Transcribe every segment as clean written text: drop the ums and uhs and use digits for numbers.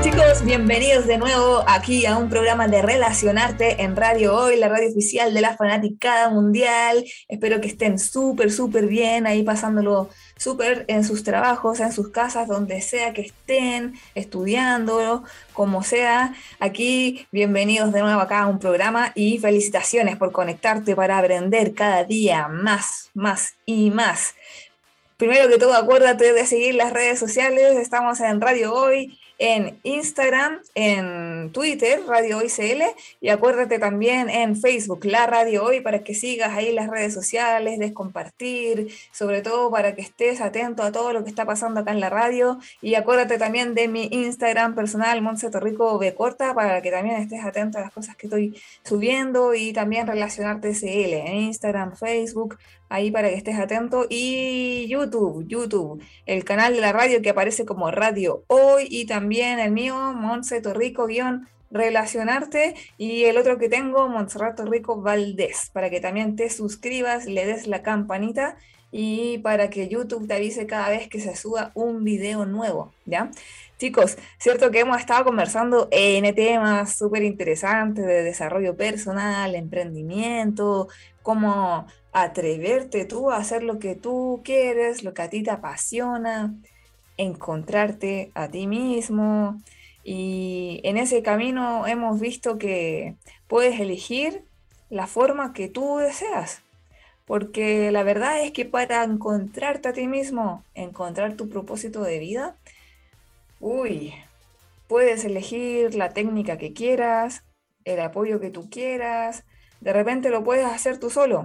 Chicos, bienvenidos de nuevo aquí a un programa de Relacionarte en Radio Hoy, la radio oficial de la fanaticada mundial. Espero que estén súper bien ahí pasándolo súper en sus trabajos, en sus casas, donde sea que estén, estudiando, como sea. Aquí, bienvenidos de nuevo acá a un programa y felicitaciones por conectarte para aprender cada día más y más. Primero que todo, acuérdate de seguir las redes sociales. Estamos en Radio Hoy, en Instagram, en Twitter, Radio Hoy CL, y acuérdate también en Facebook, La Radio Hoy, para que sigas ahí las redes sociales, des compartir, sobre todo para que estés atento a todo lo que está pasando acá en la radio. Y acuérdate también de mi Instagram personal, Montse Torrico B Corta, para que también estés atento a las cosas que estoy subiendo y también Relacionarte CL en Instagram, Facebook, ahí para que estés atento. Y YouTube, el canal de la radio que aparece como Radio Hoy, y también el mío, Montse Torrico Relacionarte, y el otro que tengo, Montserrat Torrico Valdés, para que también te suscribas, le des la campanita y para que YouTube te avise cada vez que se suba un video nuevo, ¿ya? Chicos, cierto que hemos estado conversando en temas súper interesantes de desarrollo personal, emprendimiento, cómo atreverte tú a hacer lo que tú quieres, lo que a ti te apasiona, encontrarte a ti mismo. Y en ese camino hemos visto que puedes elegir la forma que tú deseas. Porque la verdad es que para encontrarte a ti mismo, encontrar tu propósito de vida, uy, puedes elegir la técnica que quieras, el apoyo que tú quieras. De repente lo puedes hacer tú solo,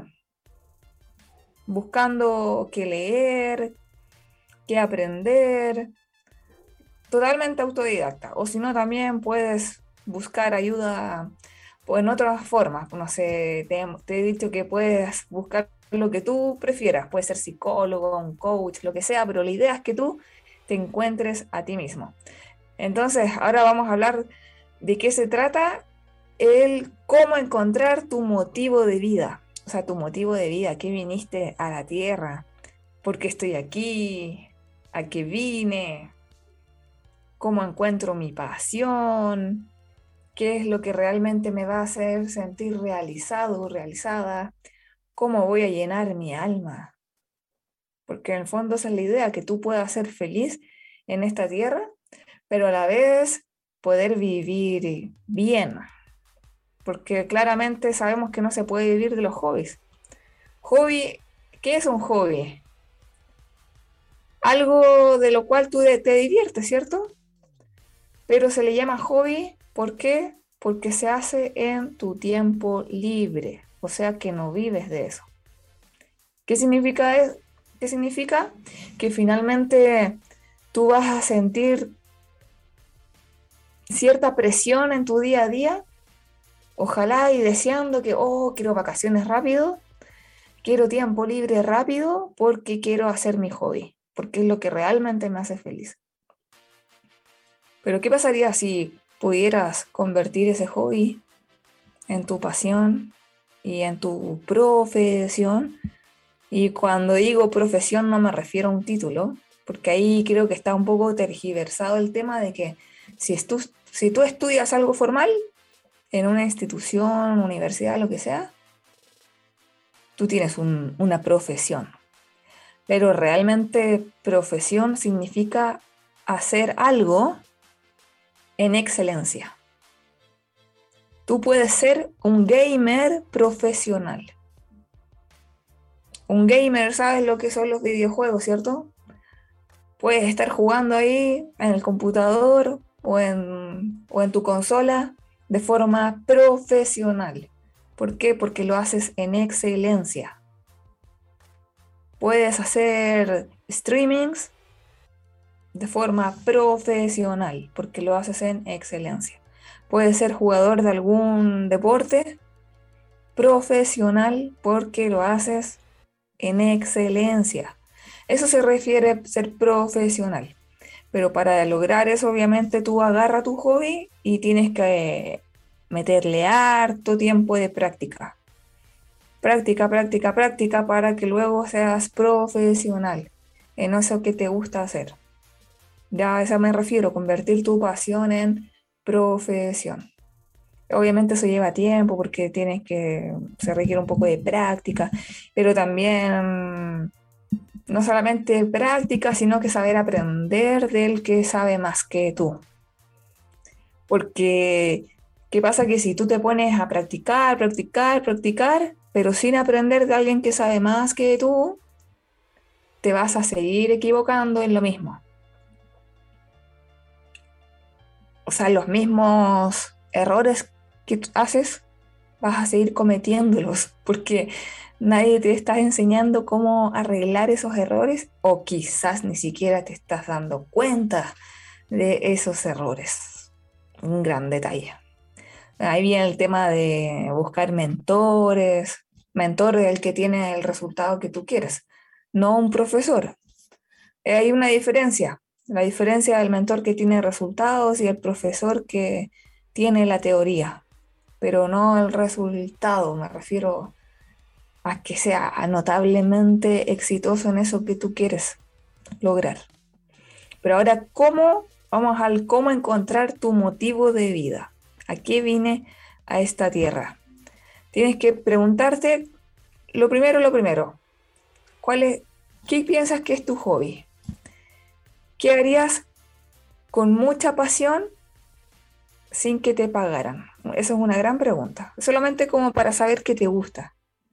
buscando qué leer, qué aprender, totalmente autodidacta. O si no, también puedes buscar ayuda pues, en otras formas. No sé, te he dicho que puedes buscar lo que tú prefieras. Puede ser psicólogo, un coach, lo que sea, pero la idea es que tú te encuentres a ti mismo. Entonces, ahora vamos a hablar de qué se trata el cómo encontrar tu motivo de vida. O sea, tu motivo de vida, qué viniste a la tierra, por qué estoy aquí, a qué vine, cómo encuentro mi pasión, qué es lo que realmente me va a hacer sentir realizado o realizada, cómo voy a llenar mi alma. Porque en el fondo esa es la idea, que tú puedas ser feliz en esta tierra, pero a la vez poder vivir bien. Porque claramente sabemos que no se puede vivir de los hobbies. Hobby, ¿qué es un hobby? Algo de lo cual tú te diviertes, ¿cierto? Pero se le llama hobby, ¿por qué? Porque se hace en tu tiempo libre, o sea que no vives de eso. ¿Qué significa ¿Qué significa? Que finalmente tú vas a sentir cierta presión en tu día a día, ojalá y deseando que, oh, quiero vacaciones rápido, quiero tiempo libre rápido, porque quiero hacer mi hobby, porque es lo que realmente me hace feliz. Pero ¿qué pasaría si pudieras convertir ese hobby en tu pasión y en tu profesión? Y cuando digo profesión no me refiero a un título, porque ahí creo que está un poco tergiversado el tema de que si tú estudias algo formal en una institución, universidad, lo que sea, tú tienes una profesión. Pero realmente profesión significa hacer algo en excelencia. Tú puedes ser un gamer profesional. Un gamer, ¿sabes lo que son los videojuegos, cierto? Puedes estar jugando ahí en el computador o en tu consola de forma profesional. ¿Por qué? Porque lo haces en excelencia. Puedes hacer streamings de forma profesional, porque lo haces en excelencia. Puedes ser jugador de algún deporte profesional, porque lo haces en excelencia. Eso se refiere a ser profesional. Pero para lograr eso, obviamente, tú agarras tu hobby y tienes que meterle harto tiempo de práctica. Práctica, para que luego seas profesional en eso que te gusta hacer. Ya a eso me refiero, convertir tu pasión en profesión. Obviamente eso lleva tiempo porque se requiere un poco de práctica, pero también no solamente práctica, sino que saber aprender del que sabe más que tú. Porque, ¿qué pasa? Que si tú te pones a practicar, practicar, practicar, pero sin aprender de alguien que sabe más que tú, te vas a seguir equivocando en lo mismo. O sea, los mismos errores que tú haces, vas a seguir cometiéndolos, porque nadie te está enseñando cómo arreglar esos errores o quizás ni siquiera te estás dando cuenta de esos errores. Un gran detalle. Ahí viene el tema de buscar mentores. Mentor es el que tiene el resultado que tú quieres, no un profesor. Hay una diferencia. La diferencia del mentor que tiene resultados y el profesor que tiene la teoría, pero no el resultado. Me refiero a que sea notablemente exitoso en eso que tú quieres lograr. Pero ahora, ¿cómo? Vamos al cómo encontrar tu motivo de vida. ¿A qué vine a esta tierra? Tienes que preguntarte lo primero. ¿Cuál es, qué piensas que es tu hobby? ¿Qué harías con mucha pasión sin que te pagaran? Esa es una gran pregunta. Solamente como para saber qué te gusta.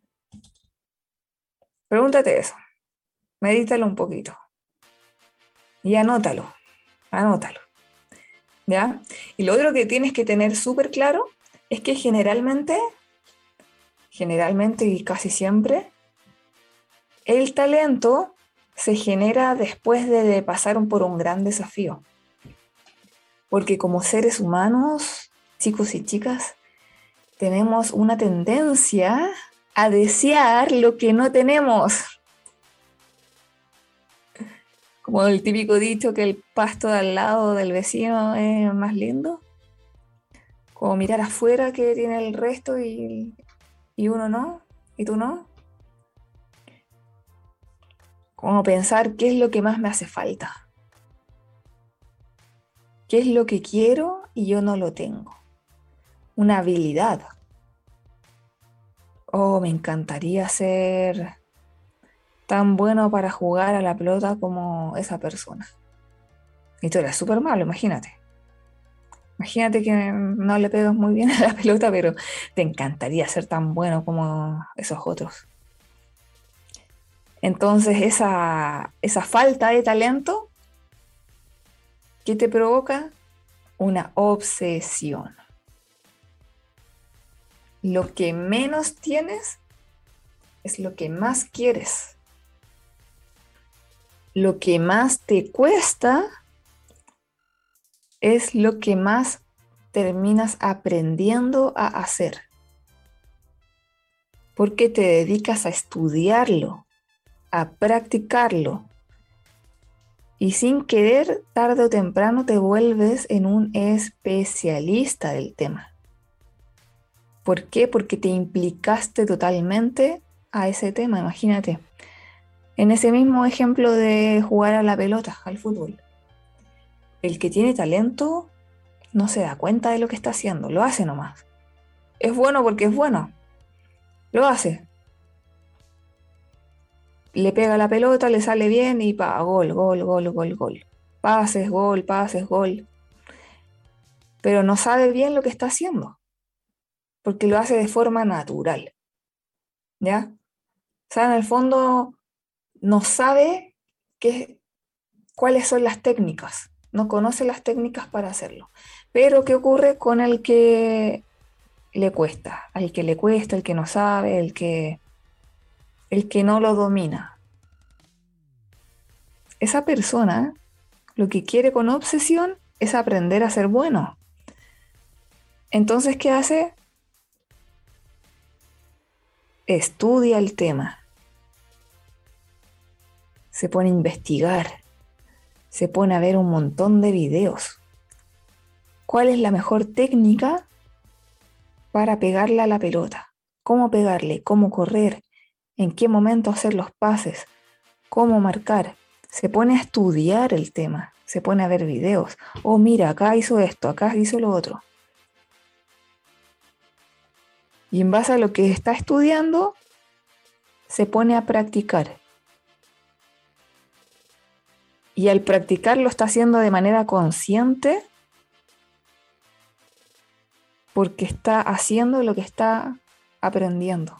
Pregúntate eso. Medítalo un poquito. Y anótalo. ¿Ya? Y lo otro que tienes que tener súper claro es que generalmente y casi siempre, el talento se genera después de pasar por un gran desafío. Porque como seres humanos, chicos y chicas, tenemos una tendencia a desear lo que no tenemos. Como el típico dicho que el pasto de al lado del vecino es más lindo. Como mirar afuera que tiene el resto y uno no, y tú no. Como pensar qué es lo que más me hace falta. ¿Qué es lo que quiero y yo no lo tengo? Una habilidad. Oh, me encantaría ser tan bueno para jugar a la pelota como esa persona. Y tú eres súper malo, imagínate. Imagínate que no le pegas muy bien a la pelota, pero te encantaría ser tan bueno como esos otros. Entonces, esa falta de talento, ¿qué te provoca? Una obsesión. Lo que menos tienes es lo que más quieres. Lo que más te cuesta es lo que más terminas aprendiendo a hacer. Porque te dedicas a estudiarlo, a practicarlo. Y sin querer, tarde o temprano te vuelves en un especialista del tema. ¿Por qué? Porque te implicaste totalmente a ese tema, imagínate. En ese mismo ejemplo de jugar a la pelota, al fútbol. El que tiene talento no se da cuenta de lo que está haciendo, lo hace nomás. Es bueno porque es bueno, lo hace. Le pega la pelota, le sale bien y pa, gol, gol, gol, gol, gol. Pases, gol, pases, gol. Pero no sabe bien lo que está haciendo, porque lo hace de forma natural, ¿ya? O sea, en el fondo no sabe cuáles son las técnicas, no conoce las técnicas para hacerlo. Pero ¿qué ocurre con el que le cuesta? Al que le cuesta, el que no sabe, el que no lo domina. Esa persona lo que quiere con obsesión es aprender a ser bueno. Entonces, ¿qué hace? Estudia el tema, se pone a investigar, se pone a ver un montón de videos. ¿Cuál es la mejor técnica para pegarle a la pelota? ¿Cómo pegarle? ¿Cómo correr? ¿En qué momento hacer los pases? ¿Cómo marcar? Se pone a estudiar el tema, se pone a ver videos. Oh, mira, acá hizo esto, acá hizo lo otro. Y en base a lo que está estudiando, se pone a practicar. Y al practicar lo está haciendo de manera consciente porque está haciendo lo que está aprendiendo.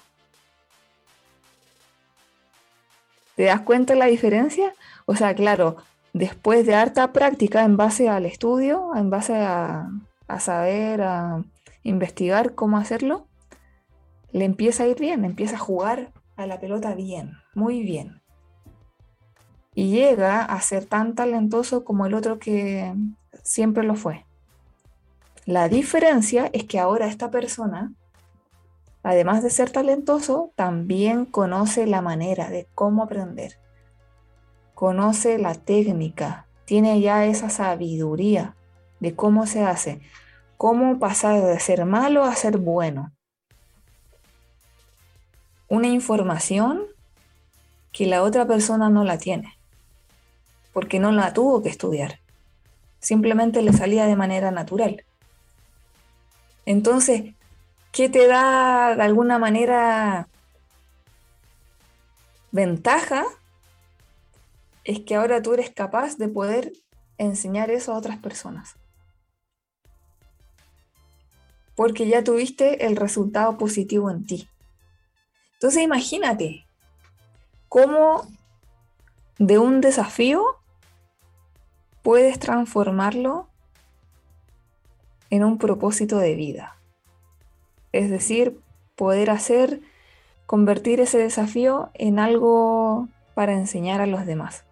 ¿Te das cuenta de la diferencia? O sea, claro, después de harta práctica en base al estudio, en base a saber, a investigar cómo hacerlo, le empieza a ir bien, empieza a jugar a la pelota bien, muy bien. Y llega a ser tan talentoso como el otro que siempre lo fue. La diferencia es que ahora esta persona, además de ser talentoso, también conoce la manera de cómo aprender. Conoce la técnica, tiene ya esa sabiduría de cómo se hace, cómo pasar de ser malo a ser bueno. Una información que la otra persona no la tiene, porque no la tuvo que estudiar. Simplemente le salía de manera natural. Entonces, ¿qué te da de alguna manera ventaja? Es que ahora tú eres capaz de poder enseñar eso a otras personas. Porque ya tuviste el resultado positivo en ti. Entonces imagínate cómo de un desafío puedes transformarlo en un propósito de vida. Es decir, poder convertir ese desafío en algo para enseñar a los demás.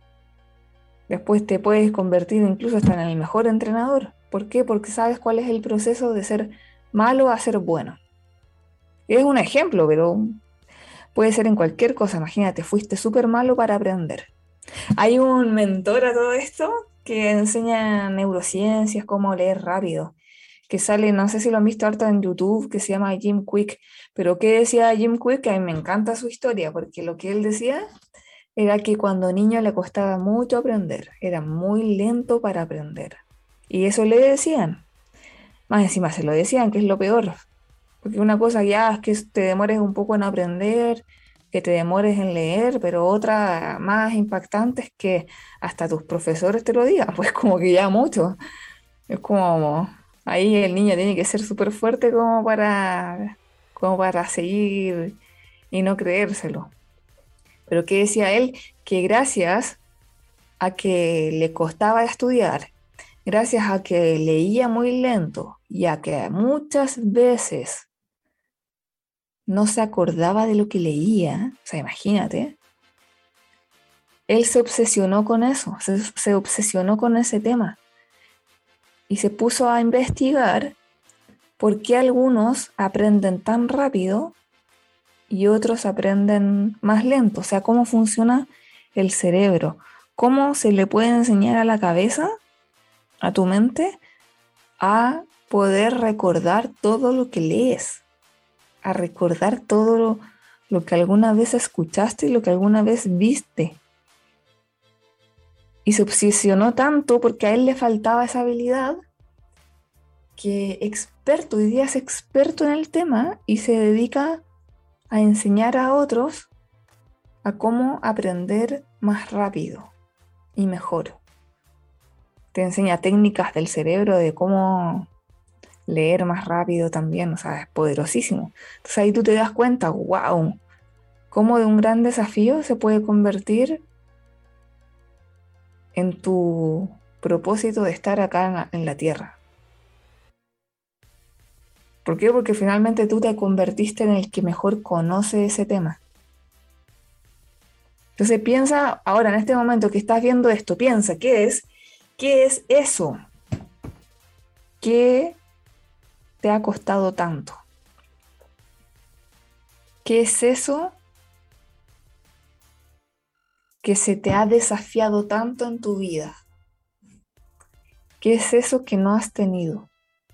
Después te puedes convertir incluso hasta en el mejor entrenador. ¿Por qué? Porque sabes cuál es el proceso de ser malo a ser bueno. Es un ejemplo, pero puede ser en cualquier cosa. Imagínate, fuiste súper malo para aprender. Hay un mentor a todo esto que enseña neurociencias, cómo leer rápido, que sale, no sé si lo han visto harto en YouTube, que se llama Jim Quick. Pero ¿qué decía Jim Quick? Que a mí me encanta su historia, porque lo que él decía era que cuando niño le costaba mucho aprender, era muy lento para aprender. Y eso le decían. Más encima se lo decían, que es lo peor. Porque una cosa ya es que te demores un poco en aprender, que te demores en leer, pero otra más impactante es que hasta tus profesores te lo digan, pues como que ya mucho. Es como ahí el niño tiene que ser súper fuerte como para seguir y no creérselo. Pero ¿qué decía él? Que gracias a que le costaba estudiar, gracias a que leía muy lento y a que muchas veces no se acordaba de lo que leía, o sea, imagínate, él se obsesionó con eso, se obsesionó con ese tema y se puso a investigar por qué algunos aprenden tan rápido y otros aprenden más lento, o sea, cómo funciona el cerebro, cómo se le puede enseñar a la cabeza, a tu mente, a poder recordar todo lo que lees, a recordar todo lo que alguna vez escuchaste y lo que alguna vez viste. Y se obsesionó tanto porque a él le faltaba esa habilidad que hoy día es experto en el tema y se dedica a enseñar a otros a cómo aprender más rápido y mejor. Te enseña técnicas del cerebro de cómo leer más rápido también, o sea, es poderosísimo. Entonces ahí tú te das cuenta, wow, cómo de un gran desafío se puede convertir en tu propósito de estar acá en la Tierra. ¿Por qué? Porque finalmente tú te convertiste en el que mejor conoce ese tema. Entonces piensa, ahora en este momento que estás viendo esto, piensa, ¿qué es eso? ¿Qué te ha costado tanto? ¿Qué es eso que se te ha desafiado tanto en tu vida? ¿Qué es eso que no has tenido?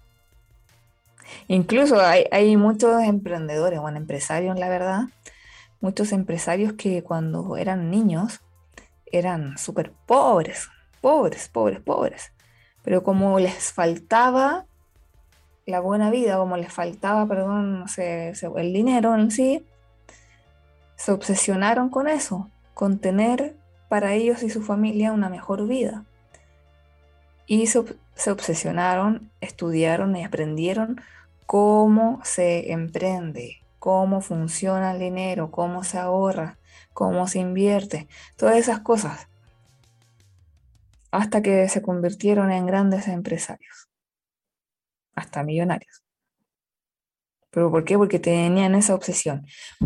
Incluso hay muchos emprendedores, bueno, empresarios, la verdad, muchos empresarios que cuando eran niños eran súper pobres, pobres, pobres, pobres. Pero como les faltaba la buena vida, como les faltaba, perdón, no sé, el dinero en sí, se obsesionaron con eso, con tener para ellos y su familia una mejor vida. Y se obsesionaron, estudiaron y aprendieron cómo se emprende, cómo funciona el dinero, cómo se ahorra, cómo se invierte, todas esas cosas, hasta que se convirtieron en grandes empresarios, hasta millonarios. ¿Pero por qué? Porque tenían esa obsesión.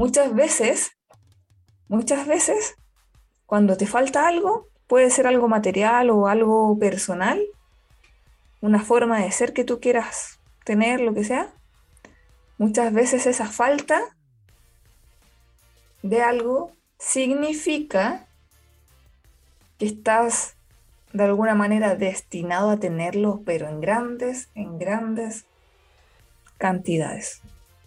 Muchas veces, cuando te falta algo, puede ser algo material o algo personal, una forma de ser que tú quieras tener, lo que sea. Muchas veces esa falta de algo significa que estás de alguna manera destinado a tenerlo, pero en grandes cantidades.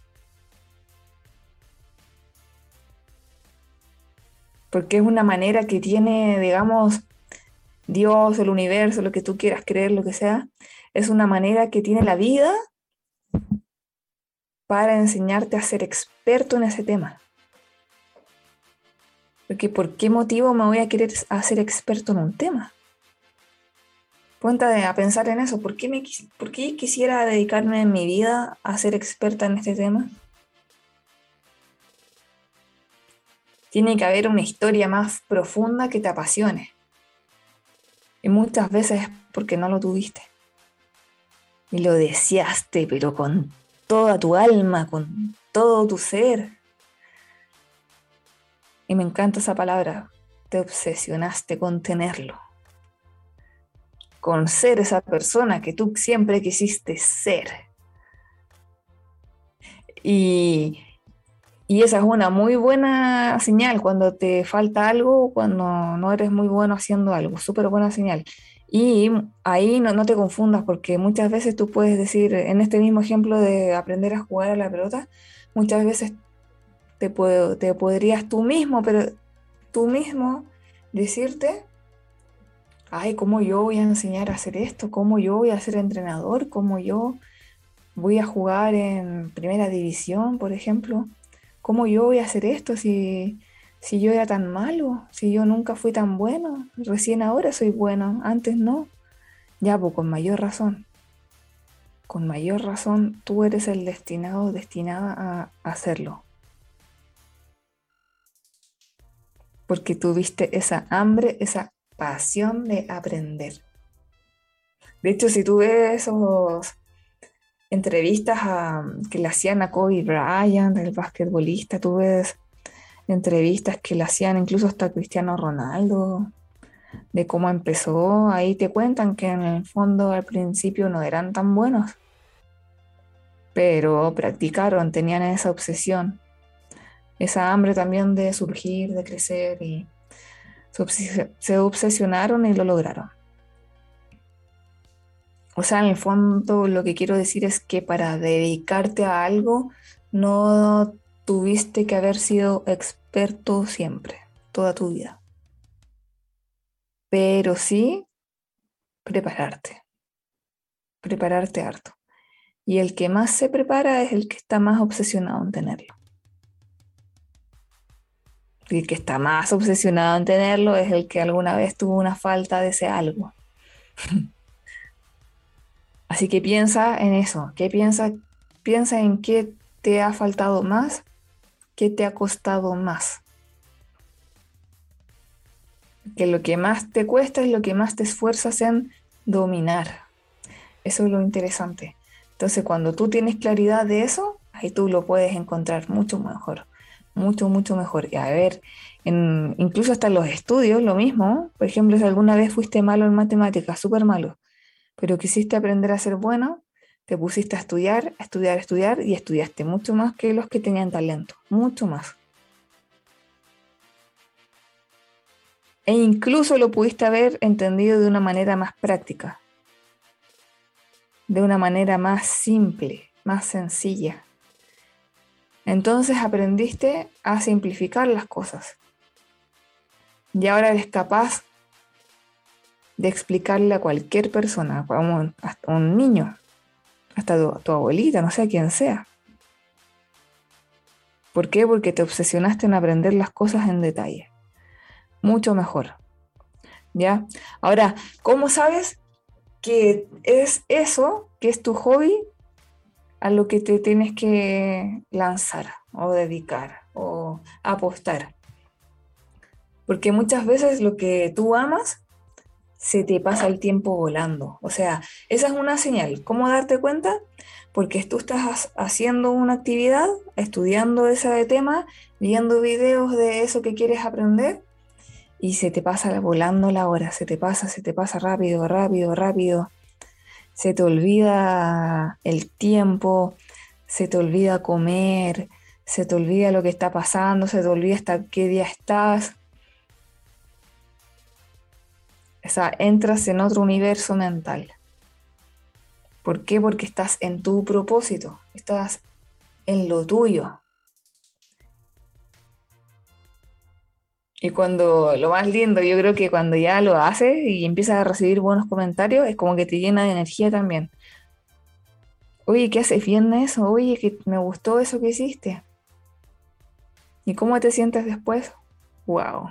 Porque es una manera que tiene, digamos, Dios, el universo, lo que tú quieras creer, lo que sea, es una manera que tiene la vida para enseñarte a ser experto en ese tema. Porque ¿por qué motivo me voy a querer hacer experto en un tema? Ponte a pensar en eso. ¿Por qué quisiera dedicarme en mi vida a ser experta en este tema? Tiene que haber una historia más profunda que te apasione. Y muchas veces es porque no lo tuviste. Y lo deseaste, pero con toda tu alma, con todo tu ser. Y me encanta esa palabra. Te obsesionaste con tenerlo. Con ser esa persona que tú siempre quisiste ser. Y, y esa es una muy buena señal cuando te falta algo, cuando no eres muy bueno haciendo algo. Súper buena señal. Y ahí no te confundas porque muchas veces tú puedes decir, en este mismo ejemplo de aprender a jugar a la pelota, muchas veces te podrías tú mismo decirte, ay, ¿cómo yo voy a enseñar a hacer esto? ¿Cómo yo voy a ser entrenador? ¿Cómo yo voy a jugar en primera división, por ejemplo? ¿Cómo yo voy a hacer esto si yo era tan malo? Si yo nunca fui tan bueno. Recién ahora soy bueno, antes no. Ya, pues con mayor razón. Con mayor razón tú eres el destinado, destinada a hacerlo. Porque tuviste esa hambre, esa pasión de aprender. De hecho, si tú ves esos entrevistas que le hacían a Kobe Bryant, el basquetbolista, tú ves entrevistas que le hacían incluso hasta a Cristiano Ronaldo, de cómo empezó, ahí te cuentan que en el fondo al principio no eran tan buenos, pero practicaron, tenían esa obsesión, esa hambre también de surgir, de crecer y se obsesionaron y lo lograron. O sea, en el fondo lo que quiero decir es que para dedicarte a algo no tuviste que haber sido experto siempre, toda tu vida, pero sí prepararte, prepararte harto. Y el que más se prepara es el que está más obsesionado en tenerlo. Y el que está más obsesionado en tenerlo es el que alguna vez tuvo una falta de ese algo. Así que piensa en eso, piensa en qué te ha faltado más, qué te ha costado más. Que lo que más te cuesta es lo que más te esfuerzas en dominar. Eso es lo interesante. Entonces, cuando tú tienes claridad de eso, ahí tú lo puedes encontrar mucho mejor, mucho, mucho mejor. Y a ver, incluso hasta en los estudios, lo mismo. Por ejemplo, si alguna vez fuiste malo en matemáticas, súper malo, pero quisiste aprender a ser bueno, te pusiste a estudiar, a estudiar, a estudiar y estudiaste mucho más que los que tenían talento, mucho más. E incluso lo pudiste haber entendido de una manera más práctica, de una manera más simple, más sencilla. Entonces aprendiste a simplificar las cosas. Y ahora eres capaz de explicarle a cualquier persona, hasta un niño, hasta tu abuelita, no sé a quién sea. ¿Por qué? Porque te obsesionaste en aprender las cosas en detalle. Mucho mejor, ¿ya? Ahora, ¿cómo sabes que es eso, que es tu hobby, a lo que te tienes que lanzar o dedicar o apostar? Porque muchas veces lo que tú amas se te pasa el tiempo volando. O sea, esa es una señal. ¿Cómo darte cuenta? Porque tú estás haciendo una actividad, estudiando ese tema, viendo videos de eso que quieres aprender y se te pasa volando la hora, se te pasa rápido, rápido, rápido. Se te olvida el tiempo, se te olvida comer, se te olvida lo que está pasando, se te olvida hasta qué día estás. O sea, entras en otro universo mental. ¿Por qué? Porque estás en tu propósito, estás en lo tuyo. Y cuando lo más lindo, yo creo que cuando ya lo haces y empiezas a recibir buenos comentarios, es como que te llena de energía también. Oye, ¿qué haces bien eso? Oye, que me gustó eso que hiciste. ¿Y cómo te sientes después? Wow,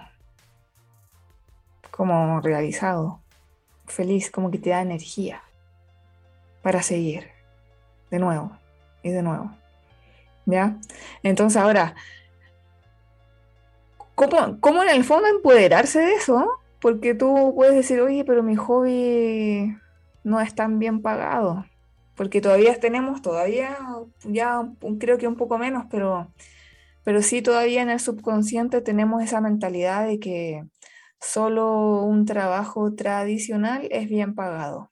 como realizado, feliz, como que te da energía para seguir de nuevo y de nuevo. ¿Ya? Entonces ahora, ¿cómo en el fondo empoderarse de eso? Porque tú puedes decir, oye, pero mi hobby no es tan bien pagado. Porque todavía, ya creo que un poco menos, pero sí todavía en el subconsciente tenemos esa mentalidad de que solo un trabajo tradicional es bien pagado.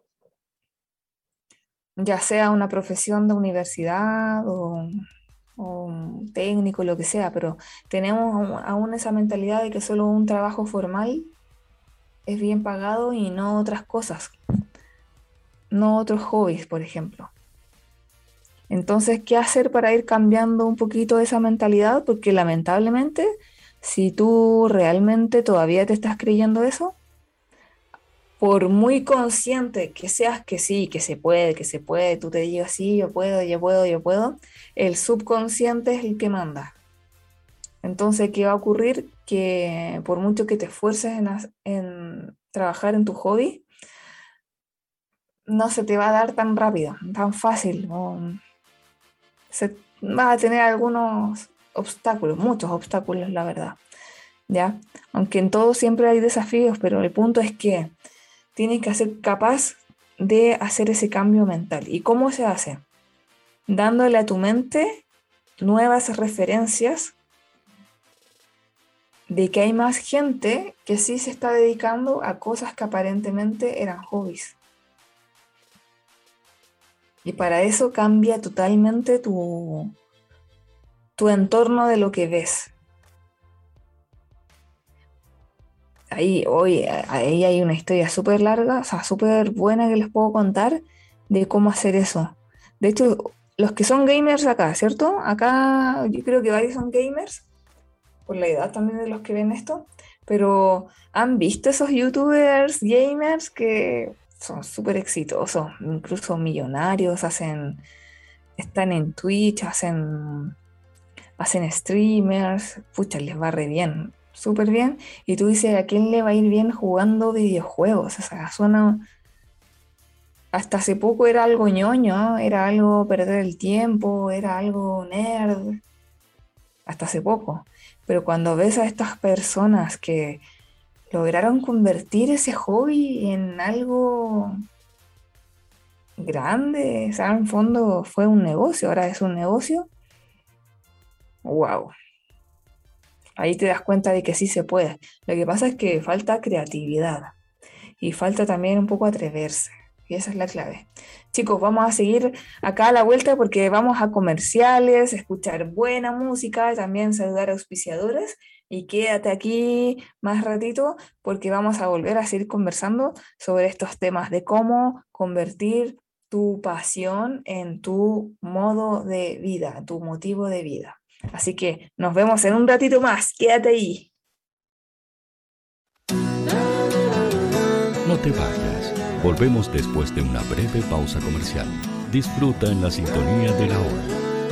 Ya sea una profesión de universidad o un técnico, lo que sea, pero tenemos aún esa mentalidad de que solo un trabajo formal es bien pagado y no otras cosas, no otros hobbies, por ejemplo. Entonces, ¿qué hacer para ir cambiando un poquito esa mentalidad? Porque lamentablemente, si tú realmente todavía te estás creyendo eso, por muy consciente que seas que sí, que se puede, tú te digas sí, yo puedo, yo puedo, yo puedo, el subconsciente es el que manda. Entonces, ¿qué va a ocurrir? Que por mucho que te esfuerces en trabajar en tu hobby, no se te va a dar tan rápido, tan fácil. Vas a tener algunos obstáculos, muchos obstáculos, la verdad. ¿Ya? Aunque en todo siempre hay desafíos, pero el punto es que tienes que ser capaz de hacer ese cambio mental. ¿Y cómo se hace? Dándole a tu mente nuevas referencias de que hay más gente que sí se está dedicando a cosas que aparentemente eran hobbies. Y para eso cambia totalmente tu entorno de lo que ves. Ahí hay una historia súper larga, o sea, súper buena que les puedo contar de cómo hacer eso. De hecho, los que son gamers acá, ¿cierto? Acá yo creo que varios son gamers, por la edad también de los que ven esto, pero han visto esos youtubers gamers que son súper exitosos, incluso millonarios, están en Twitch, hacen streamers, pucha, les va re bien, súper bien. Y tú dices, ¿a quién le va a ir bien jugando videojuegos? O sea, hasta hace poco era algo ñoño, era algo perder el tiempo, era algo nerd, hasta hace poco. Pero cuando ves a estas personas que lograron convertir ese hobby en algo grande, o sea, en fondo fue un negocio, ahora es un negocio, wow. Ahí te das cuenta de que sí se puede. Lo que pasa es que falta creatividad y falta también un poco atreverse. Y esa es la clave. Chicos, vamos a seguir acá a la vuelta porque vamos a comerciales, escuchar buena música, también saludar a auspiciadores. Y quédate aquí más ratito porque vamos a volver a seguir conversando sobre estos temas de cómo convertir tu pasión en tu modo de vida, tu motivo de vida. Así que nos vemos en un ratito más. Quédate ahí. No te vayas. Volvemos después de una breve pausa comercial. Disfruta en la sintonía de la hora.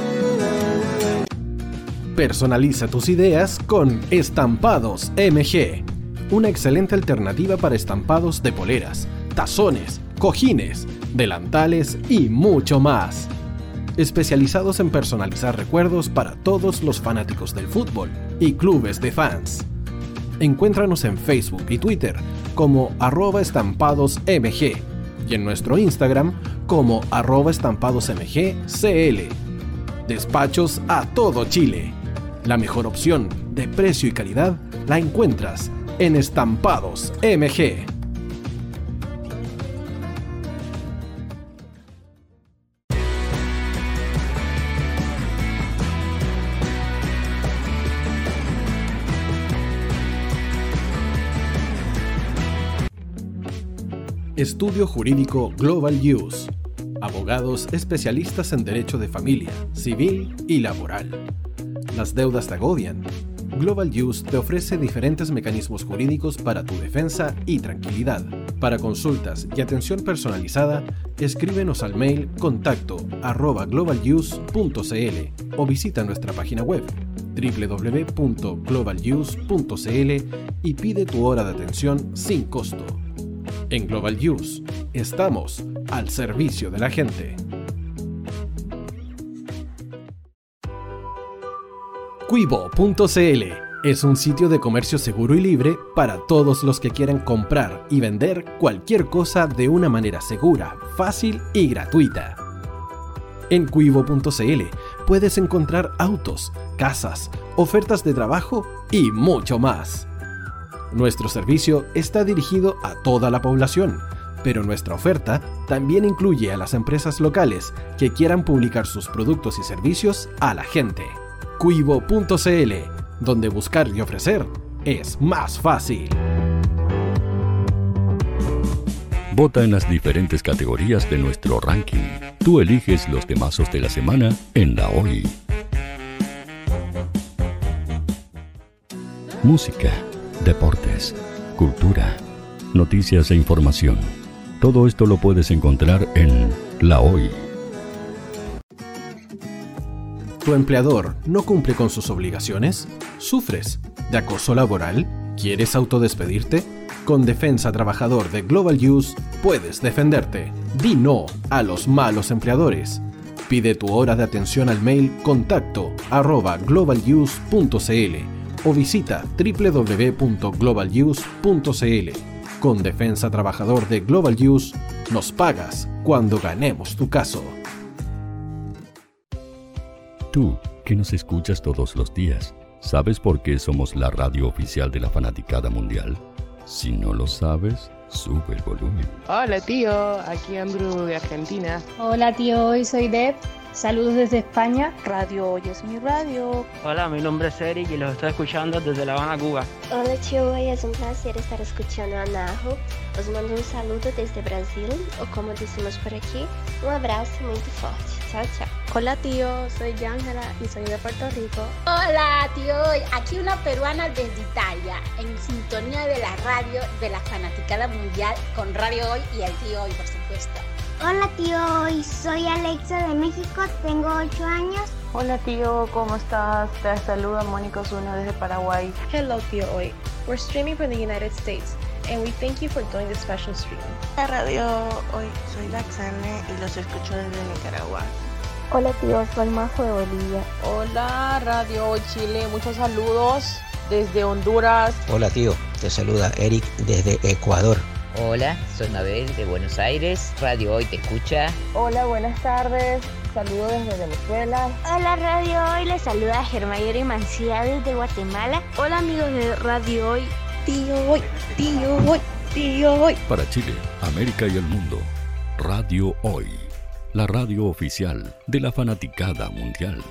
Personaliza tus ideas con Estampados MG. Una excelente alternativa para estampados de poleras, tazones, cojines, delantales y mucho más. Especializados en personalizar recuerdos para todos los fanáticos del fútbol y clubes de fans. Encuéntranos en Facebook y Twitter como @estampadosmg y en nuestro Instagram como @estampadosmgcl. Despachos a todo Chile. La mejor opción de precio y calidad la encuentras en Estampados MG. Estudio Jurídico Global Use. Abogados especialistas en derecho de familia, civil y laboral. Las deudas te agobian. Global Use te ofrece diferentes mecanismos jurídicos para tu defensa y tranquilidad. Para consultas y atención personalizada, escríbenos al mail contacto@globaluse.cl o visita nuestra página web www.globaluse.cl y pide tu hora de atención sin costo. En Global Use, estamos al servicio de la gente. Quibo.cl es un sitio de comercio seguro y libre para todos los que quieran comprar y vender cualquier cosa de una manera segura, fácil y gratuita. En Quibo.cl puedes encontrar autos, casas, ofertas de trabajo y mucho más. Nuestro servicio está dirigido a toda la población, pero nuestra oferta también incluye a las empresas locales que quieran publicar sus productos y servicios a la gente. Quibo.cl, donde buscar y ofrecer es más fácil. Vota en las diferentes categorías de nuestro ranking. Tú eliges los temazos de la semana en La Hoy. Música, deportes, cultura, noticias e información. Todo esto lo puedes encontrar en La Hoy. ¿Tu empleador no cumple con sus obligaciones? ¿Sufres de acoso laboral? ¿Quieres autodespedirte? Con Defensa Trabajador de Global Use puedes defenderte. Di no a los malos empleadores. Pide tu hora de atención al mail contacto@globaluse.cl o visita www.globaluse.cl. Con Defensa Trabajador de Global Use, nos pagas cuando ganemos tu caso. Tú, que nos escuchas todos los días, ¿sabes por qué somos la radio oficial de la fanaticada mundial? Si no lo sabes, sube el volumen. Hola tío, aquí Andrew de Argentina. Hola tío, hoy soy Deb. Saludos desde España. Radio Hoy es mi radio. Hola, mi nombre es Eric y los estoy escuchando desde La Habana, Cuba. Hola tío, hoy es un placer estar escuchando a Najo. Os mando un saludo desde Brasil, o como decimos por aquí, un abrazo muy fuerte. Chao, chao. Hola tío, soy Ángela y soy de Puerto Rico. Hola tío, aquí una peruana desde Italia, en sintonía de la radio de la fanaticada mundial con Radio Hoy y el tío Hoy, por supuesto. Hola tío, Hoy soy Alexa de México, tengo 8 años. Hola tío, ¿cómo estás? Te saluda Mónica Osuna desde Paraguay. Hello tío Hoy, we're streaming from the United States and we thank you for doing this special stream. La Radio Hoy, soy Laxane y los escucho desde Nicaragua. Hola tío, soy Majo de Bolivia. Hola Radio Hoy Chile, muchos saludos desde Honduras. Hola tío, te saluda Eric desde Ecuador. Hola, soy Mabel de Buenos Aires, Radio Hoy te escucha. Hola, buenas tardes, saludos desde Venezuela. Hola Radio Hoy, les saluda Germayori Mancía desde Guatemala. Hola amigos de Radio Hoy, tío Hoy, tío Hoy, tío Hoy. Para Chile, América y el mundo, Radio Hoy, la radio oficial de la fanaticada mundial.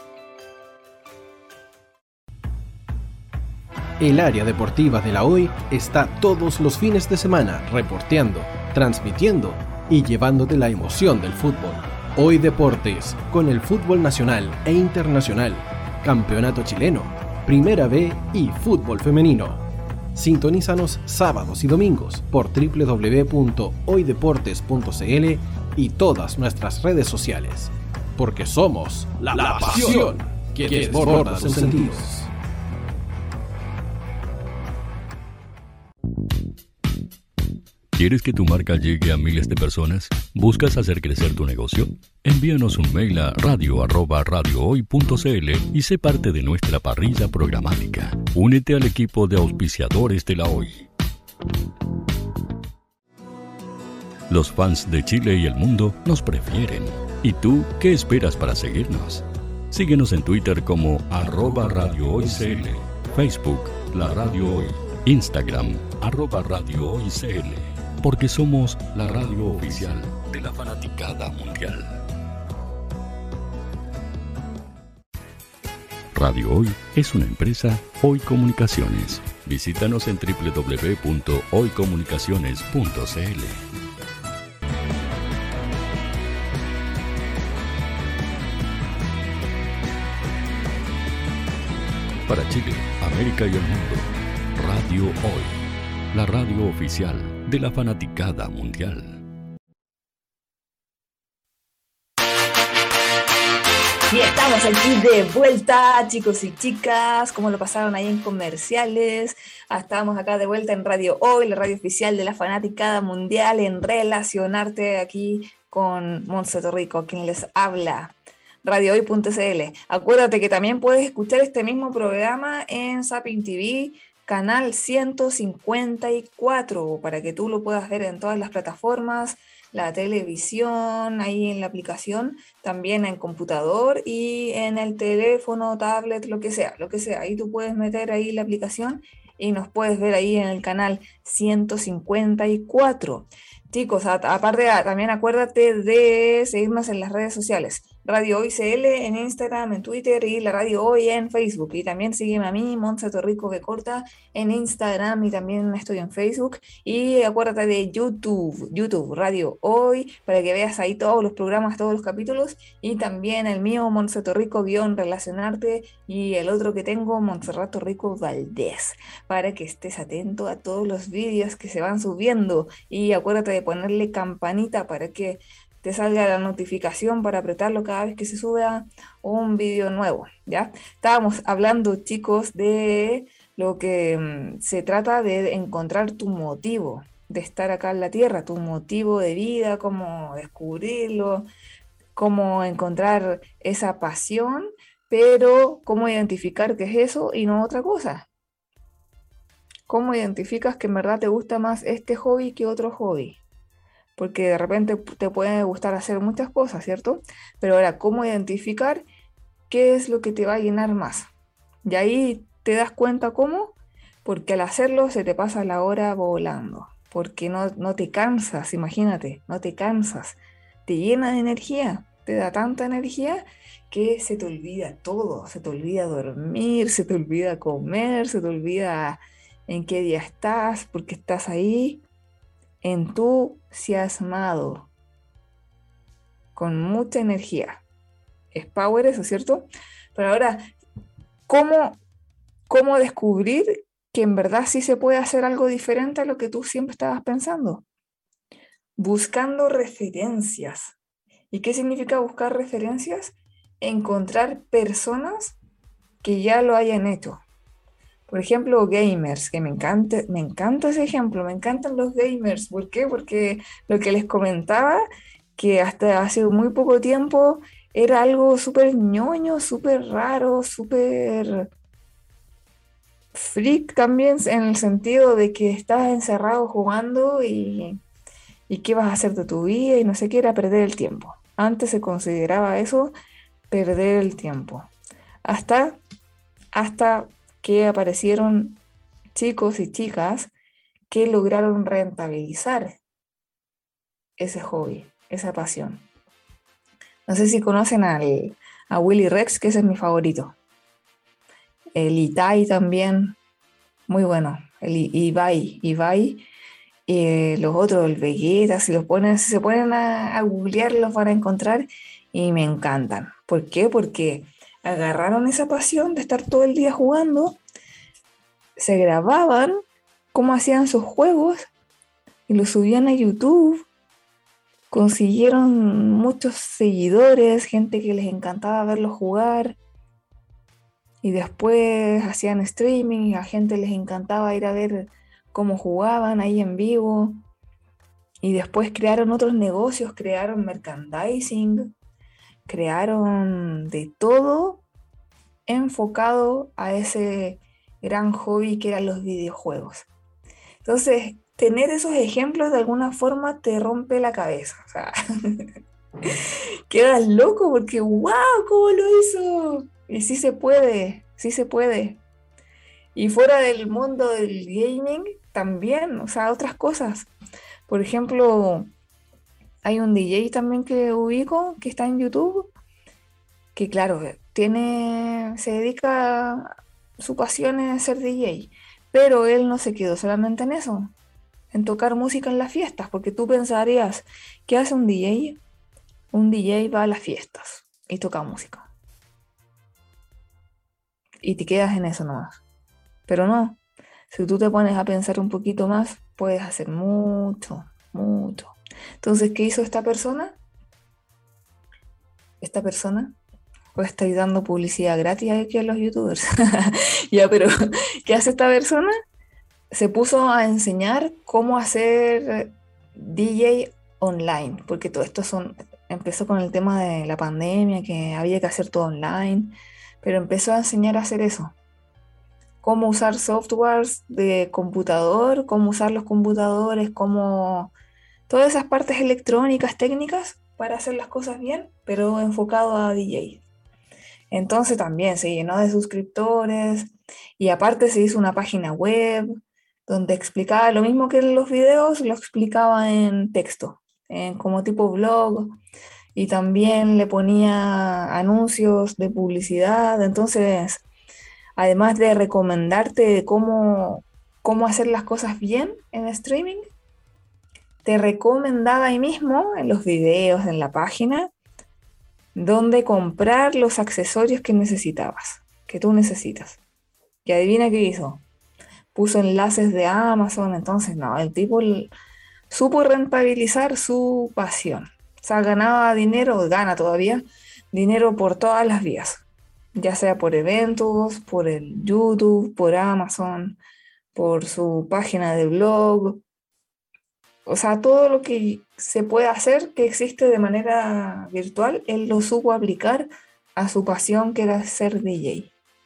El área deportiva de La Hoy está todos los fines de semana reporteando, transmitiendo y llevándote la emoción del fútbol. Hoy Deportes, con el fútbol nacional e internacional, campeonato chileno, Primera B y fútbol femenino. Sintonízanos sábados y domingos por www.hoydeportes.cl y todas nuestras redes sociales. Porque somos la pasión que desborda sus sentidos. ¿Quieres que tu marca llegue a miles de personas? ¿Buscas hacer crecer tu negocio? Envíanos un mail a radio@radiohoy.cl y sé parte de nuestra parrilla programática. Únete al equipo de auspiciadores de La Hoy. Los fans de Chile y el mundo nos prefieren. ¿Y tú qué esperas para seguirnos? Síguenos en Twitter como @radiohoycl, Facebook La Radio Hoy, Instagram @radiohoycl. Porque somos la radio oficial de la fanaticada mundial. Radio Hoy es una empresa Hoy Comunicaciones. Visítanos en www.hoycomunicaciones.cl. Para Chile, América y el mundo, Radio Hoy, la radio oficial de la fanaticada mundial. Y estamos aquí de vuelta, chicos y chicas. ¿Cómo lo pasaron ahí en comerciales? Estamos acá de vuelta en Radio Hoy, la radio oficial de la fanaticada mundial, en Relacionarte, aquí con Montse Torrico, quien les habla. radiohoy.cl. Acuérdate que también puedes escuchar este mismo programa en Zapping TV, canal 154, para que tú lo puedas ver en todas las plataformas, la televisión, ahí en la aplicación, también en computador y en el teléfono, tablet, lo que sea. Ahí tú puedes meter ahí la aplicación y nos puedes ver ahí en el canal 154. Chicos, aparte también acuérdate de seguirnos en las redes sociales. Radio Hoy CL en Instagram, en Twitter y la Radio Hoy en Facebook. Y también sígueme a mí, Montse Torrico B. Corta, en Instagram y también estoy en Facebook. Y acuérdate de YouTube Radio Hoy, para que veas ahí todos los programas, todos los capítulos. Y también el mío, Montse Torrico Relacionarte, y el otro que tengo, Montserrat Torrico Valdés, para que estés atento a todos los vídeos que se van subiendo. Y acuérdate de ponerle campanita para que te salga la notificación para apretarlo cada vez que se suba un vídeo nuevo, ¿ya? Estábamos hablando, chicos, de lo que se trata de encontrar tu motivo de estar acá en la Tierra, tu motivo de vida, cómo descubrirlo, cómo encontrar esa pasión, pero cómo identificar qué es eso y no otra cosa. ¿Cómo identificas que en verdad te gusta más este hobby que otro hobby? Porque de repente te puede gustar hacer muchas cosas, ¿cierto? Pero ahora, ¿cómo identificar qué es lo que te va a llenar más? Y ahí te das cuenta cómo, porque al hacerlo se te pasa la hora volando, porque no te cansas, imagínate, no te cansas, te llena de energía, te da tanta energía que se te olvida todo, se te olvida dormir, se te olvida comer, se te olvida en qué día estás, porque estás ahí entusiasmado, con mucha energía. Es power eso, ¿cierto? Pero ahora, ¿cómo descubrir que en verdad sí se puede hacer algo diferente a lo que tú siempre estabas pensando? Buscando referencias. ¿Y qué significa buscar referencias? Encontrar personas que ya lo hayan hecho. Por ejemplo, gamers, que me encanta ese ejemplo, me encantan los gamers. ¿Por qué? Porque lo que les comentaba, que hasta hace muy poco tiempo era algo súper ñoño, súper raro, súper freak también, en el sentido de que estabas encerrado jugando y qué vas a hacer de tu vida y no sé qué, era perder el tiempo. Antes se consideraba eso perder el tiempo. Hasta que aparecieron chicos y chicas que lograron rentabilizar ese hobby, esa pasión. No sé si conocen a Willy Rex, que ese es mi favorito. El Itai también, muy bueno. El Ibai, los otros, el Vegeta, si se ponen a googlear, los van a encontrar y me encantan. ¿Por qué? Porque agarraron esa pasión de estar todo el día jugando, se grababan cómo hacían sus juegos y los subían a YouTube. Consiguieron muchos seguidores, gente que les encantaba verlos jugar. Y después hacían streaming y a gente les encantaba ir a ver cómo jugaban ahí en vivo. Y después crearon otros negocios, crearon merchandising, crearon de todo enfocado a ese gran hobby que eran los videojuegos. Entonces, tener esos ejemplos de alguna forma te rompe la cabeza. O sea, quedas loco porque ¡wow! ¿Cómo lo hizo? Y sí se puede, sí se puede. Y fuera del mundo del gaming también, o sea, otras cosas. Por ejemplo, hay un DJ también que ubico, que está en YouTube, que claro, se dedica, su pasión es ser DJ, pero él no se quedó solamente en eso, en tocar música en las fiestas, porque tú pensarías, ¿qué hace un DJ? Un DJ va a las fiestas y toca música. Y te quedas en eso nomás. Pero no, si tú te pones a pensar un poquito más, puedes hacer mucho, mucho. Entonces, ¿qué hizo esta persona? Pues estoy dando publicidad gratis aquí a los youtubers. Ya, pero ¿qué hace esta persona? Se puso a enseñar cómo hacer DJ online, porque todo esto empezó con el tema de la pandemia, que había que hacer todo online, pero empezó a enseñar a hacer eso. Cómo usar softwares de computador, cómo usar los computadores, cómo todas esas partes electrónicas, técnicas, para hacer las cosas bien, pero enfocado a DJ. Entonces también se llenó de suscriptores y aparte se hizo una página web donde explicaba lo mismo que en los videos, lo explicaba en texto, como tipo blog, y también le ponía anuncios de publicidad. Entonces, además de recomendarte cómo hacer las cosas bien en streaming, te recomendaba ahí mismo, en los videos, en la página, dónde comprar los accesorios que necesitabas, que tú necesitas. Y adivina qué hizo. Puso enlaces de Amazon. Entonces, no, el tipo supo rentabilizar su pasión. O sea, ganaba dinero, gana todavía, dinero por todas las vías. Ya sea por eventos, por el YouTube, por Amazon, por su página de blog. O sea, todo lo que se puede hacer, que existe de manera virtual, él lo supo aplicar a su pasión, que era ser DJ.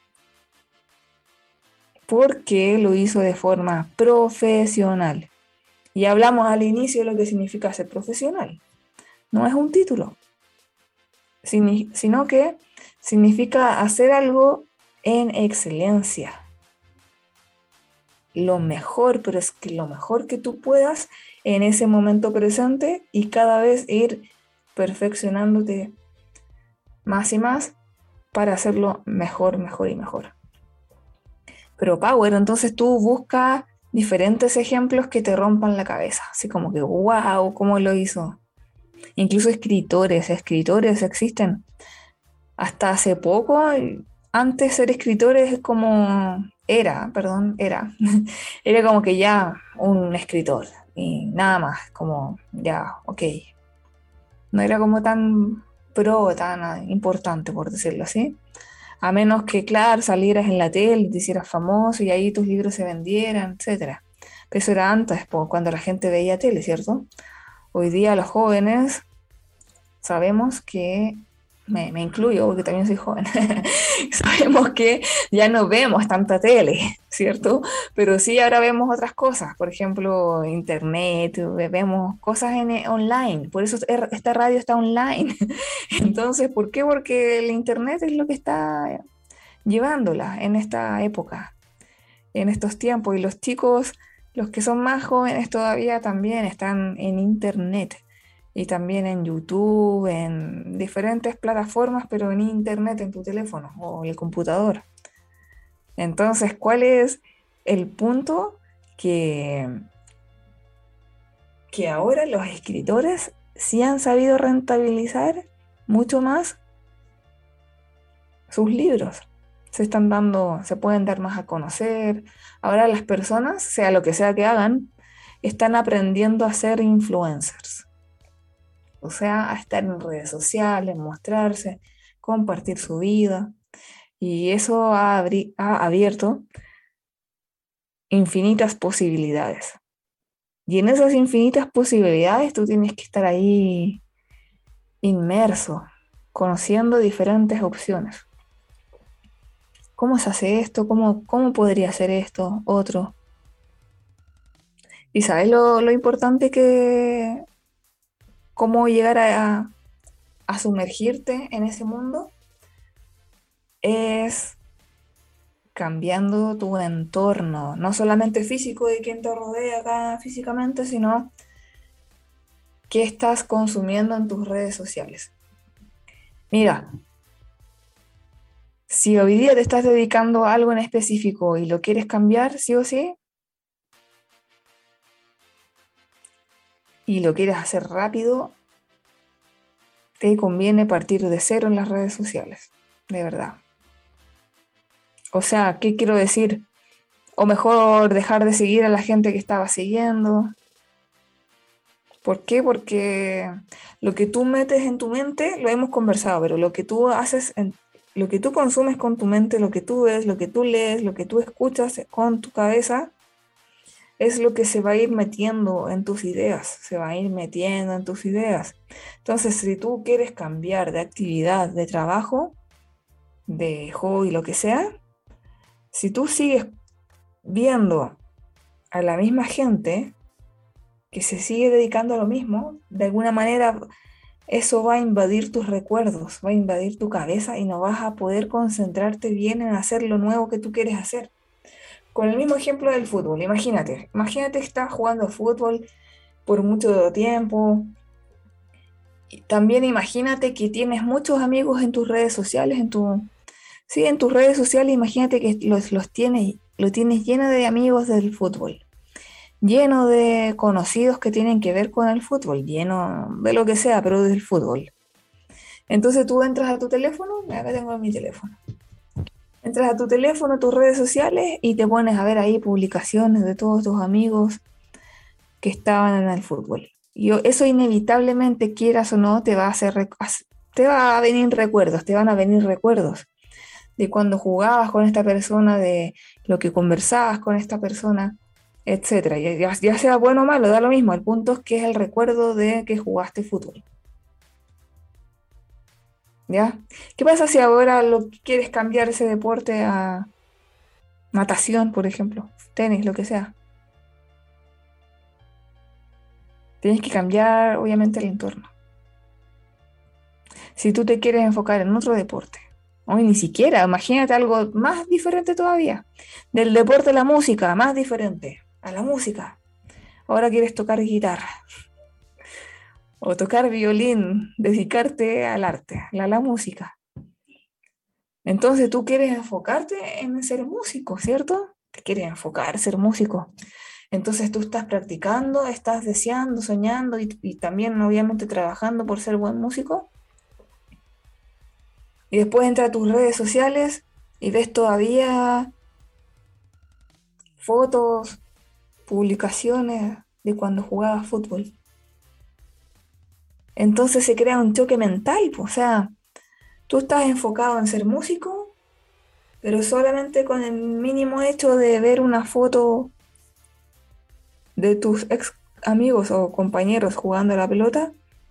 Porque lo hizo de forma profesional. Y hablamos al inicio de lo que significa ser profesional. No es un título, sino que significa hacer algo en excelencia. Lo mejor, pero es que lo mejor que tú puedas en ese momento presente y cada vez ir perfeccionándote más y más para hacerlo mejor, mejor y mejor. Pero Power, entonces tú buscas diferentes ejemplos que te rompan la cabeza, así como que wow, ¿cómo lo hizo? Incluso escritores existen. Hasta hace poco, antes ser escritores es como era como que ya un escritor y nada más, como ya, ok. No era como tan tan importante, por decirlo así. A menos que, claro, salieras en la tele, te hicieras famoso y ahí tus libros se vendieran, etc. Pero eso era antes, cuando la gente veía tele, ¿cierto? Hoy día los jóvenes sabemos que, me incluyo porque también soy joven, sabemos que ya no vemos tanta tele, ¿cierto? Pero sí ahora vemos otras cosas, por ejemplo, internet, vemos cosas online, por eso esta radio está online. Entonces, ¿por qué? Porque el internet es lo que está llevándola en esta época, en estos tiempos, y los chicos, los que son más jóvenes todavía, también están en internet. Y también en YouTube, en diferentes plataformas, pero en internet, en tu teléfono o el computador. Entonces, ¿cuál es el punto? Que ahora los escritores sí han sabido rentabilizar mucho más sus libros. O se pueden dar más a conocer. Ahora las personas, sea lo que sea que hagan, están aprendiendo a ser influencers. O sea, a estar en redes sociales, mostrarse, compartir su vida. Y eso ha abierto infinitas posibilidades. Y en esas infinitas posibilidades tú tienes que estar ahí inmerso, conociendo diferentes opciones. ¿Cómo se hace esto? ¿Cómo podría hacer esto? Otro. ¿Y sabes lo importante que... cómo llegar a sumergirte en ese mundo? Es cambiando tu entorno, no solamente físico de quien te rodea acá físicamente, sino qué estás consumiendo en tus redes sociales. Mira, si hoy día te estás dedicando a algo en específico y lo quieres cambiar, sí o sí, y lo quieres hacer rápido, te conviene partir de cero en las redes sociales, de verdad. O sea, ¿qué quiero decir? O mejor dejar de seguir a la gente que estaba siguiendo. ¿Por qué? Porque lo que tú metes en tu mente, lo hemos conversado, pero lo que tú haces, lo que tú consumes con tu mente, lo que tú ves, lo que tú lees, lo que tú escuchas con tu cabeza, es lo que se va a ir metiendo en tus ideas, se va a ir metiendo en tus ideas. Entonces, si tú quieres cambiar de actividad, de trabajo, de hobby, lo que sea, si tú sigues viendo a la misma gente que se sigue dedicando a lo mismo, de alguna manera eso va a invadir tus recuerdos, va a invadir tu cabeza y no vas a poder concentrarte bien en hacer lo nuevo que tú quieres hacer. Con el mismo ejemplo del fútbol, imagínate que estás jugando fútbol por mucho tiempo. Y también imagínate que tienes muchos amigos en tus redes sociales, en tus redes sociales, imagínate que lo tienes lleno de amigos del fútbol, lleno de conocidos que tienen que ver con el fútbol, lleno de lo que sea, pero del fútbol. Entonces tú entras a tu teléfono, acá tengo mi teléfono. Entras a tu teléfono, tus redes sociales y te pones a ver ahí publicaciones de todos tus amigos que estaban en el fútbol. Y eso inevitablemente, quieras o no, te va a venir recuerdos, te van a venir recuerdos de cuando jugabas con esta persona, de lo que conversabas con esta persona, etcétera. Ya sea bueno o malo, da lo mismo. El punto es que es el recuerdo de que jugaste fútbol. ¿Ya? ¿Qué pasa si ahora quieres cambiar ese deporte a natación, por ejemplo? Tenis, lo que sea. Tienes que cambiar, obviamente, el entorno. Si tú te quieres enfocar en otro deporte, o ni siquiera, imagínate algo más diferente todavía. Del deporte a la música, más diferente. A la música. Ahora quieres tocar guitarra. O tocar violín, dedicarte al arte, a la música. Entonces tú quieres enfocarte en ser músico, ¿cierto? Te quieres enfocar en ser músico. Entonces tú estás practicando, estás deseando, soñando y también obviamente trabajando por ser buen músico. Y después entras a tus redes sociales y ves todavía fotos, publicaciones de cuando jugabas fútbol. Entonces se crea un choque mental, o sea, tú estás enfocado en ser músico, pero solamente con el mínimo hecho de ver una foto de tus ex amigos o compañeros jugando a la pelota,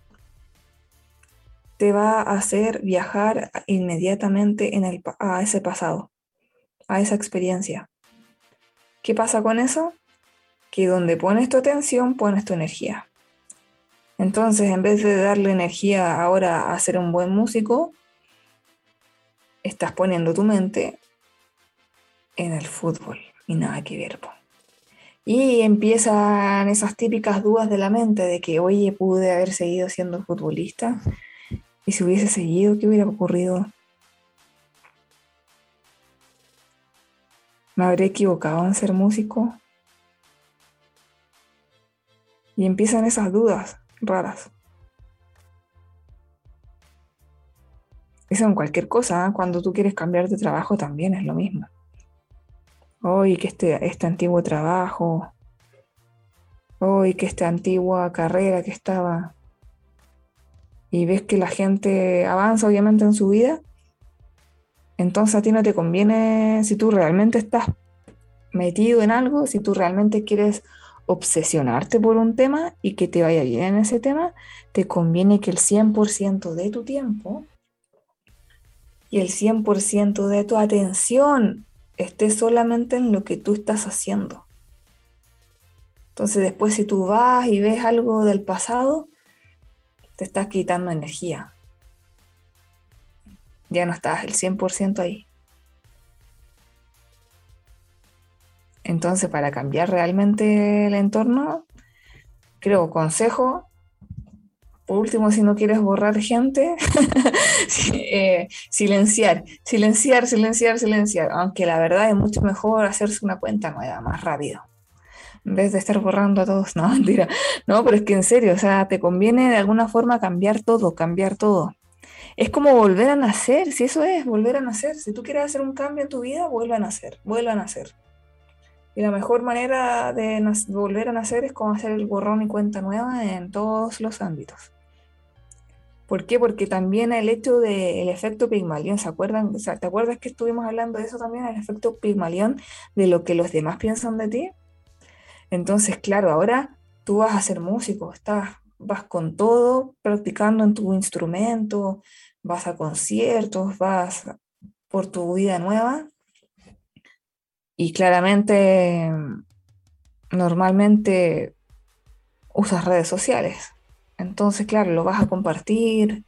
te va a hacer viajar inmediatamente a ese pasado, a esa experiencia. ¿Qué pasa con eso? Que donde pones tu atención, pones tu energía. Entonces, en vez de darle energía ahora a ser un buen músico, estás poniendo tu mente en el fútbol y nada que ver. Y empiezan esas típicas dudas de la mente de que, oye, pude haber seguido siendo futbolista. Y si hubiese seguido, ¿qué hubiera ocurrido? ¿Me habré equivocado en ser músico? Y empiezan esas dudas raras. Eso en cualquier cosa, ¿eh? Cuando tú quieres cambiar de trabajo también es lo mismo. Hoy que este antiguo trabajo, hoy que esta antigua carrera que estaba, y ves que la gente avanza obviamente en su vida, entonces a ti no te conviene, si tú realmente estás metido en algo, si tú realmente quieres obsesionarte por un tema y que te vaya bien en ese tema, te conviene que el 100% de tu tiempo y el 100% de tu atención esté solamente en lo que tú estás haciendo. Entonces después si tú vas y ves algo del pasado, te estás quitando energía. Ya no estás el 100% ahí. Entonces, para cambiar realmente el entorno, creo, consejo, por último, si no quieres borrar gente, silenciar, aunque la verdad es mucho mejor hacerse una cuenta nueva, más rápido, en vez de estar borrando a todos. No, mentira, no, pero es que en serio, o sea, te conviene de alguna forma cambiar todo. Es como volver a nacer, si eso es, volver a nacer. Si tú quieres hacer un cambio en tu vida, vuelve a nacer. Y la mejor manera de volver a nacer es como hacer el borrón y cuenta nueva en todos los ámbitos. ¿Por qué? Porque también el hecho del efecto Pigmalión, ¿se acuerdan? O sea, ¿te acuerdas que estuvimos hablando de eso también, el efecto Pigmalión, de lo que los demás piensan de ti? Entonces, claro, ahora tú vas a ser músico, vas con todo, practicando en tu instrumento, vas a conciertos, vas por tu vida nueva. Y claramente, normalmente usas redes sociales. Entonces, claro, lo vas a compartir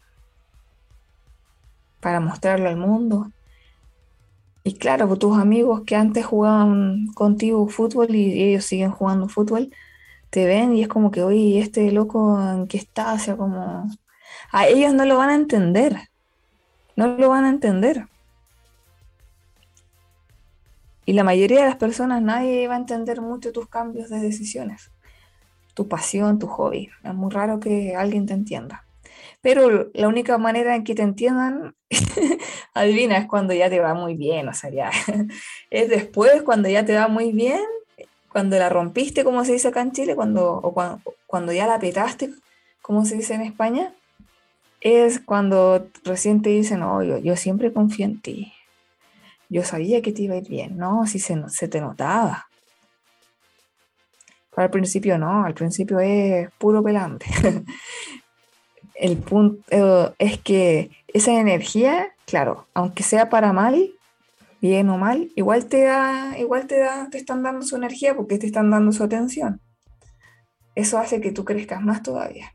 para mostrarlo al mundo. Y claro, pues tus amigos que antes jugaban contigo fútbol y ellos siguen jugando fútbol, te ven y es como que, oye, este loco en qué está, o sea, como... A ellos no lo van a entender. Y la mayoría de las personas, nadie va a entender mucho tus cambios de decisiones, tu pasión, tu hobby. Es muy raro que alguien te entienda. Pero la única manera en que te entiendan, adivina, es cuando ya te va muy bien. O sea, ya es después, cuando ya te va muy bien, cuando la rompiste, como se dice acá en Chile, cuando ya la petaste, como se dice en España, es cuando recién te dicen, oh, yo siempre confío en ti. Yo sabía que te iba a ir bien, ¿no? Si se te notaba. Pero al principio no, al principio es puro pelambre. El punto es que esa energía, claro, aunque sea para mal, bien o mal, igual te están dando su energía porque te están dando su atención. Eso hace que tú crezcas más todavía.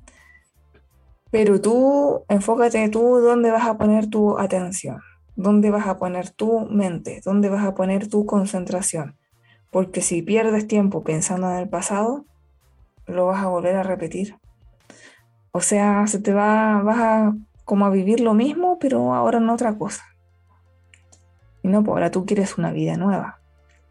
Pero tú, enfócate tú dónde vas a poner tu atención. ¿Dónde vas a poner tu mente? ¿Dónde vas a poner tu concentración? Porque si pierdes tiempo pensando en el pasado, lo vas a volver a repetir. O sea, vas a como a vivir lo mismo, pero ahora en otra cosa. Y no, pues ahora tú quieres una vida nueva.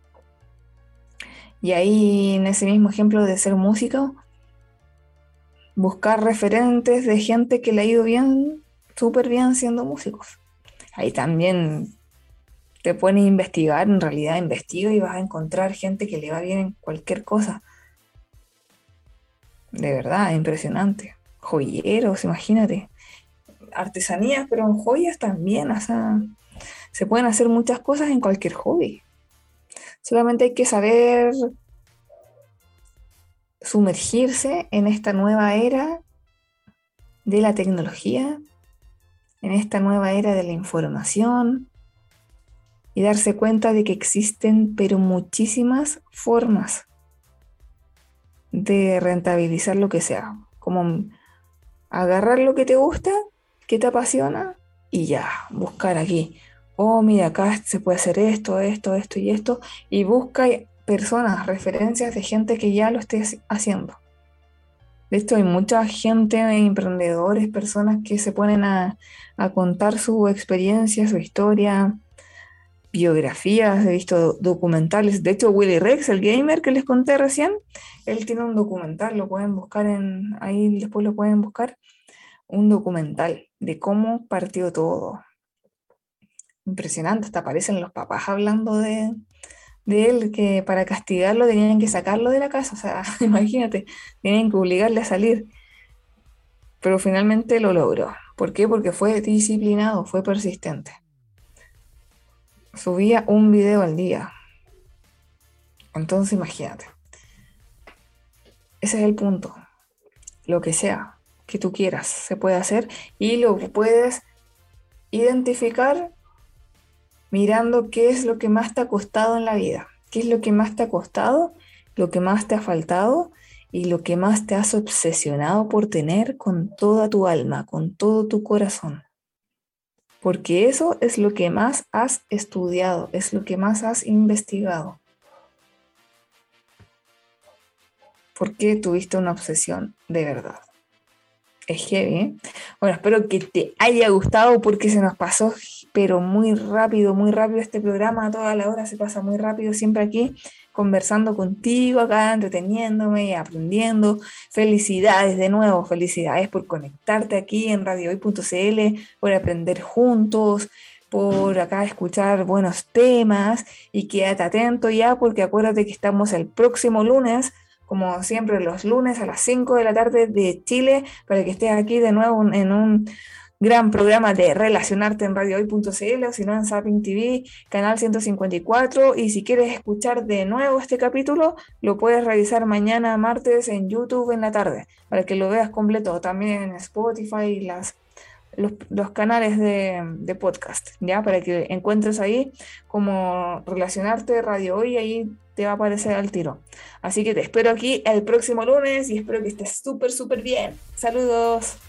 Y ahí, en ese mismo ejemplo de ser músico, buscar referentes de gente que le ha ido bien, súper bien siendo músicos. Ahí también te pones a investigar, en realidad investiga y vas a encontrar gente que le va bien en cualquier cosa. De verdad, impresionante. Joyeros, imagínate. Artesanías, pero en joyas también, o sea, se pueden hacer muchas cosas en cualquier hobby. Solamente hay que saber sumergirse en esta nueva era de la tecnología, en esta nueva era de la información y darse cuenta de que existen pero muchísimas formas de rentabilizar lo que sea, como agarrar lo que te gusta, que te apasiona y ya, buscar aquí, oh mira, acá se puede hacer esto y busca personas, referencias de gente que ya lo esté haciendo. De hecho, hay mucha gente, emprendedores, personas que se ponen a contar su experiencia, su historia, biografías, he visto documentales. De hecho, Willy Rex, el gamer que les conté recién, él tiene un documental, lo pueden buscar ahí después lo pueden buscar, un documental de cómo partió todo. Impresionante, hasta aparecen los papás hablando de él, que para castigarlo tenían que sacarlo de la casa, o sea, imagínate, tenían que obligarle a salir. Pero finalmente lo logró. ¿Por qué? Porque fue disciplinado, fue persistente. Subía un video al día. Entonces imagínate. Ese es el punto. Lo que sea que tú quieras se puede hacer y lo puedes identificar mirando qué es lo que más te ha costado en la vida. ¿Qué es lo que más te ha costado? Lo que más te ha faltado y lo que más te has obsesionado por tener con toda tu alma, con todo tu corazón. Porque eso es lo que más has estudiado, es lo que más has investigado. ¿Por qué tuviste una obsesión de verdad? Es heavy, ¿eh? Bueno, espero que te haya gustado porque se nos pasó, pero muy rápido este programa. Toda la hora se pasa muy rápido, siempre aquí conversando contigo, acá entreteniéndome y aprendiendo. Felicidades de nuevo, felicidades por conectarte aquí en radiohoy.cl, por aprender juntos, por acá escuchar buenos temas y quédate atento ya porque acuérdate que estamos el próximo lunes, como siempre los lunes a las 5 de la tarde de Chile, para que estés aquí de nuevo en un gran programa de Relacionarte en radiohoy.cl o si no en Zapping TV, canal 154. Y si quieres escuchar de nuevo este capítulo, lo puedes revisar mañana martes en YouTube en la tarde, para que lo veas completo, también en Spotify y los canales de podcast, ¿ya? Para que encuentres ahí como Relacionarte Radio Hoy, ahí te va a aparecer al tiro. Así que te espero aquí el próximo lunes y espero que estés súper bien. Saludos.